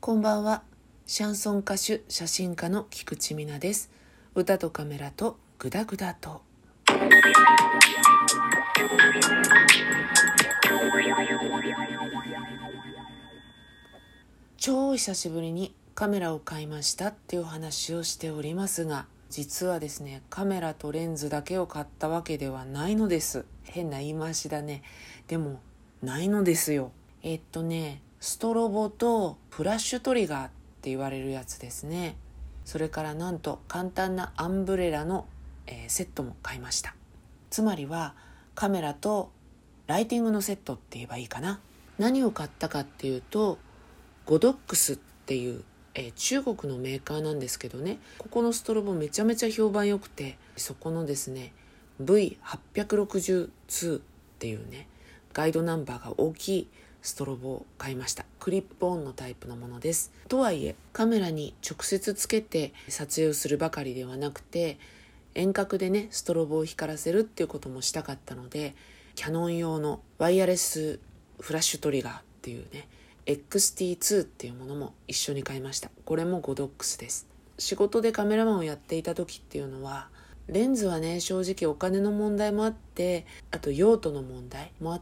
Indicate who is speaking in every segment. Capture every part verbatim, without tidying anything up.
Speaker 1: こんばんは。シャンソン歌手、写真家の菊池美奈です。歌とカメラとグダグダと。超久しぶりにカメラを買いましたっていう話をしておりますが、実はですね、カメラとレンズだけを買ったわけではないのです。変な言い回しだね。でもないのですよ。えっとねストロボとフラッシュトリガーって言われるやつですね。それからなんと簡単なアンブレラの、えー、セットも買いました。つまりはカメラとライティングのセットって言えばいいかな。何を買ったかっていうと、ゴドックスっていう、えー、中国のメーカーなんですけどね、ここのストロボめちゃめちゃ評判良くて、そこのですね ブイはっぴゃくろくじゅうに っていうねガイドナンバーが大きいストロボを買いました。クリップオンのタイプのものです。とはいえカメラに直接つけて撮影をするばかりではなくて、遠隔でねストロボを光らせるっていうこともしたかったので、キャノン用のワイヤレスフラッシュトリガーっていうね エックスティーツー っていうものも一緒に買いました。これもゴドックスです。仕事でカメラマンをやっていた時っていうのは、レンズはね正直お金の問題もあって、あと用途の問題もあって、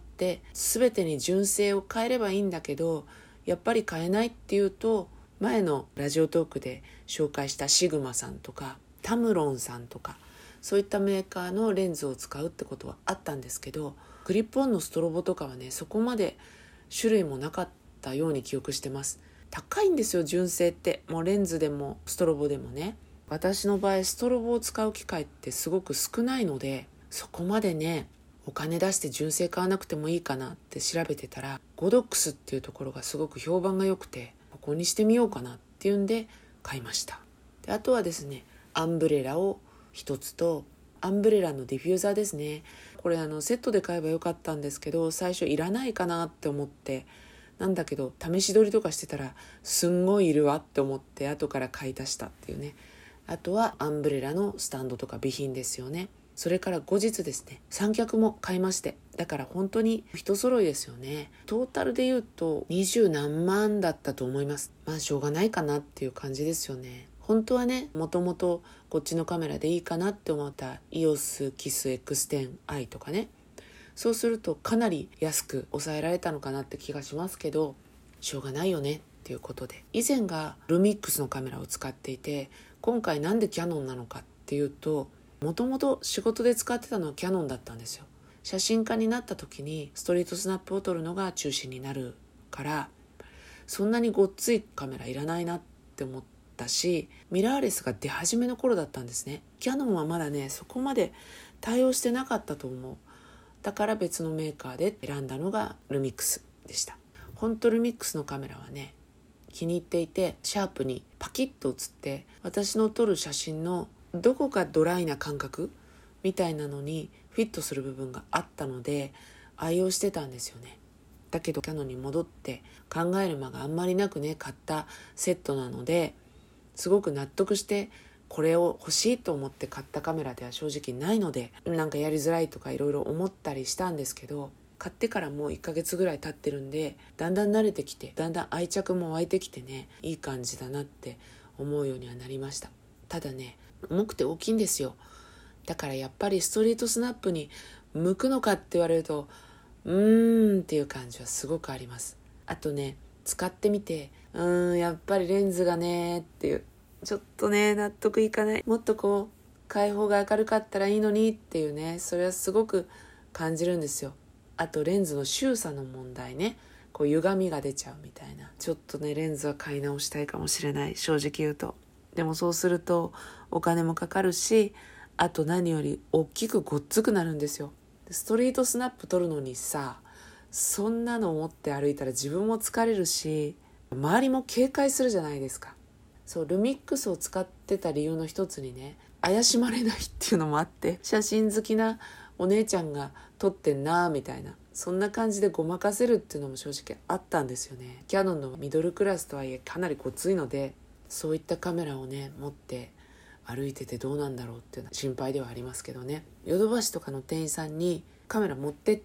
Speaker 1: 全てに純正を変えればいいんだけど、やっぱり変えないっていうと、前のラジオトークで紹介したシグマさんとかタムロンさんとか、そういったメーカーのレンズを使うってことはあったんですけど、クリップオンのストロボとかはねそこまで種類もなかったように記憶してます。高いんですよ純正って。もうレンズでもストロボでもね。私の場合ストロボを使う機会ってすごく少ないので、そこまでねお金出して純正買わなくてもいいかなって調べてたら、ゴドックスっていうところがすごく評判が良くて、ここにしてみようかなっていうんで買いました。であとはですねアンブレラを一つと、アンブレラのディフューザーですね。これあのセットで買えばよかったんですけど、最初いらないかなって思って、なんだけど試し撮りとかしてたらすんごいいるわって思って後から買い足したっていうね。あとはアンブレラのスタンドとか備品ですよね。それから後日ですね三脚も買いまして、だから本当に一揃いですよね。トータルで言うと二十何万だったと思います。まあしょうがないかなっていう感じですよね。本当はねもともとこっちのカメラでいいかなって思った イーオーエス キス エックステンアイ とかね、そうするとかなり安く抑えられたのかなって気がしますけど、しょうがないよねっていうことで、以前がルミックスのカメラを使っていて、今回なんでキヤノンなのかっていうと、もともと仕事で使ってたのはキヤノンだったんですよ。写真家になった時にストリートスナップを撮るのが中心になるから、そんなにごっついカメラいらないなって思ったし、ミラーレスが出始めの頃だったんですね。キヤノンはまだねそこまで対応してなかったと思う。だから別のメーカーで選んだのがルミックスでした。本当ルミックスのカメラはね気に入っていて、シャープにパキッと写って、私の撮る写真のどこかドライな感覚みたいなのにフィットする部分があったので愛用してたんですよね。だけどキヤノンに戻って考える間があんまりなくね買ったセットなので、すごく納得してこれを欲しいと思って買ったカメラでは正直ないので、なんかやりづらいとかいろいろ思ったりしたんですけど、買ってからもういっかげつぐらい経ってるんで、だんだん慣れてきて、だんだん愛着も湧いてきてね、いい感じだなって思うようにはなりました。ただね重くて大きいんですよ。だからやっぱりストリートスナップに向くのかって言われるとうーんっていう感じはすごくあります。あとね使ってみてうーんやっぱりレンズがねっていう、ちょっとね納得いかない。もっとこう開放が明るかったらいいのにっていうね、それはすごく感じるんですよ。あとレンズの周差の問題ね、こう歪みが出ちゃうみたいな。ちょっとねレンズは買い直したいかもしれない、正直言うと。でもそうするとお金もかかるし、あと何より大きくごっつくなるんですよ。ストリートスナップ撮るのにさ、そんなの持って歩いたら自分も疲れるし、周りも警戒するじゃないですか。そうルミックスを使ってた理由の一つにね、怪しまれないっていうのもあって、写真好きなお姉ちゃんが撮ってんなみたいな、そんな感じでごまかせるっていうのも正直あったんですよね。キヤノンのミドルクラスとはいえかなりごついので、そういったカメラをね持って歩いててどうなんだろうっていうのは心配ではありますけどね。ヨドバシとかの店員さんにカメラ持ってって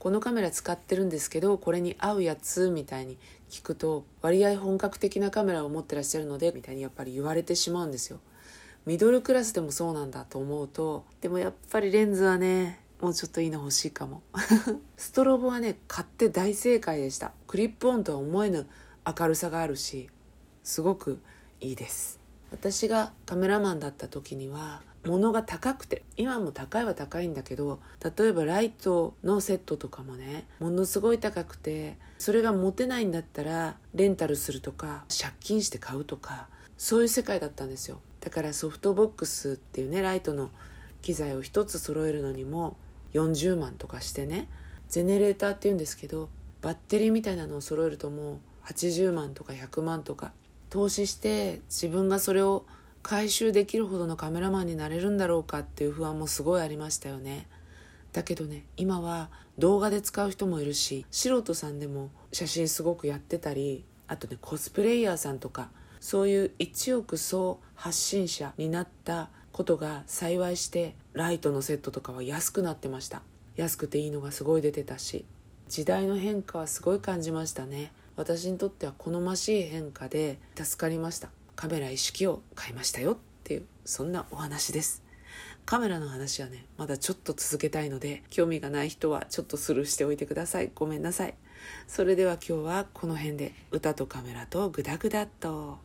Speaker 1: このカメラ使ってるんですけどこれに合うやつみたいに聞くと、割合本格的なカメラを持ってらっしゃるのでみたいにやっぱり言われてしまうんですよ。ミドルクラスでもそうなんだと思うと、でもやっぱりレンズはねもうちょっといいの欲しいかもストロボはね買って大正解でした。クリップオンとは思えぬ明るさがあるし、すごくいいです。私がカメラマンだった時には物が高くて、今も高いは高いんだけど、例えばライトのセットとかもねものすごい高くて、それが持てないんだったらレンタルするとか借金して買うとか、そういう世界だったんですよ。だからソフトボックスっていうねライトの機材を一つ揃えるのにもよんじゅうまんとかしてね、ゼネレーターっていうんですけどバッテリーみたいなのを揃えるともうはちじゅうまんとかひゃくまんとか投資して、自分がそれを回収できるほどのカメラマンになれるんだろうかっていう不安もすごいありましたよね。だけどね今は動画で使う人もいるし、素人さんでも写真すごくやってたり、あとねコスプレイヤーさんとかそういう一億総発信者になったことが幸いして、ライトのセットとかは安くなってました。安くていいのがすごい出てたし、時代の変化はすごい感じましたね。私にとっては好ましい変化で助かりました。カメラ一式を買いましたよっていう、そんなお話です。カメラの話はねまだちょっと続けたいので、興味がない人はちょっとスルーしておいてください。ごめんなさい。それでは今日はこの辺で、歌とカメラとグダグダっと。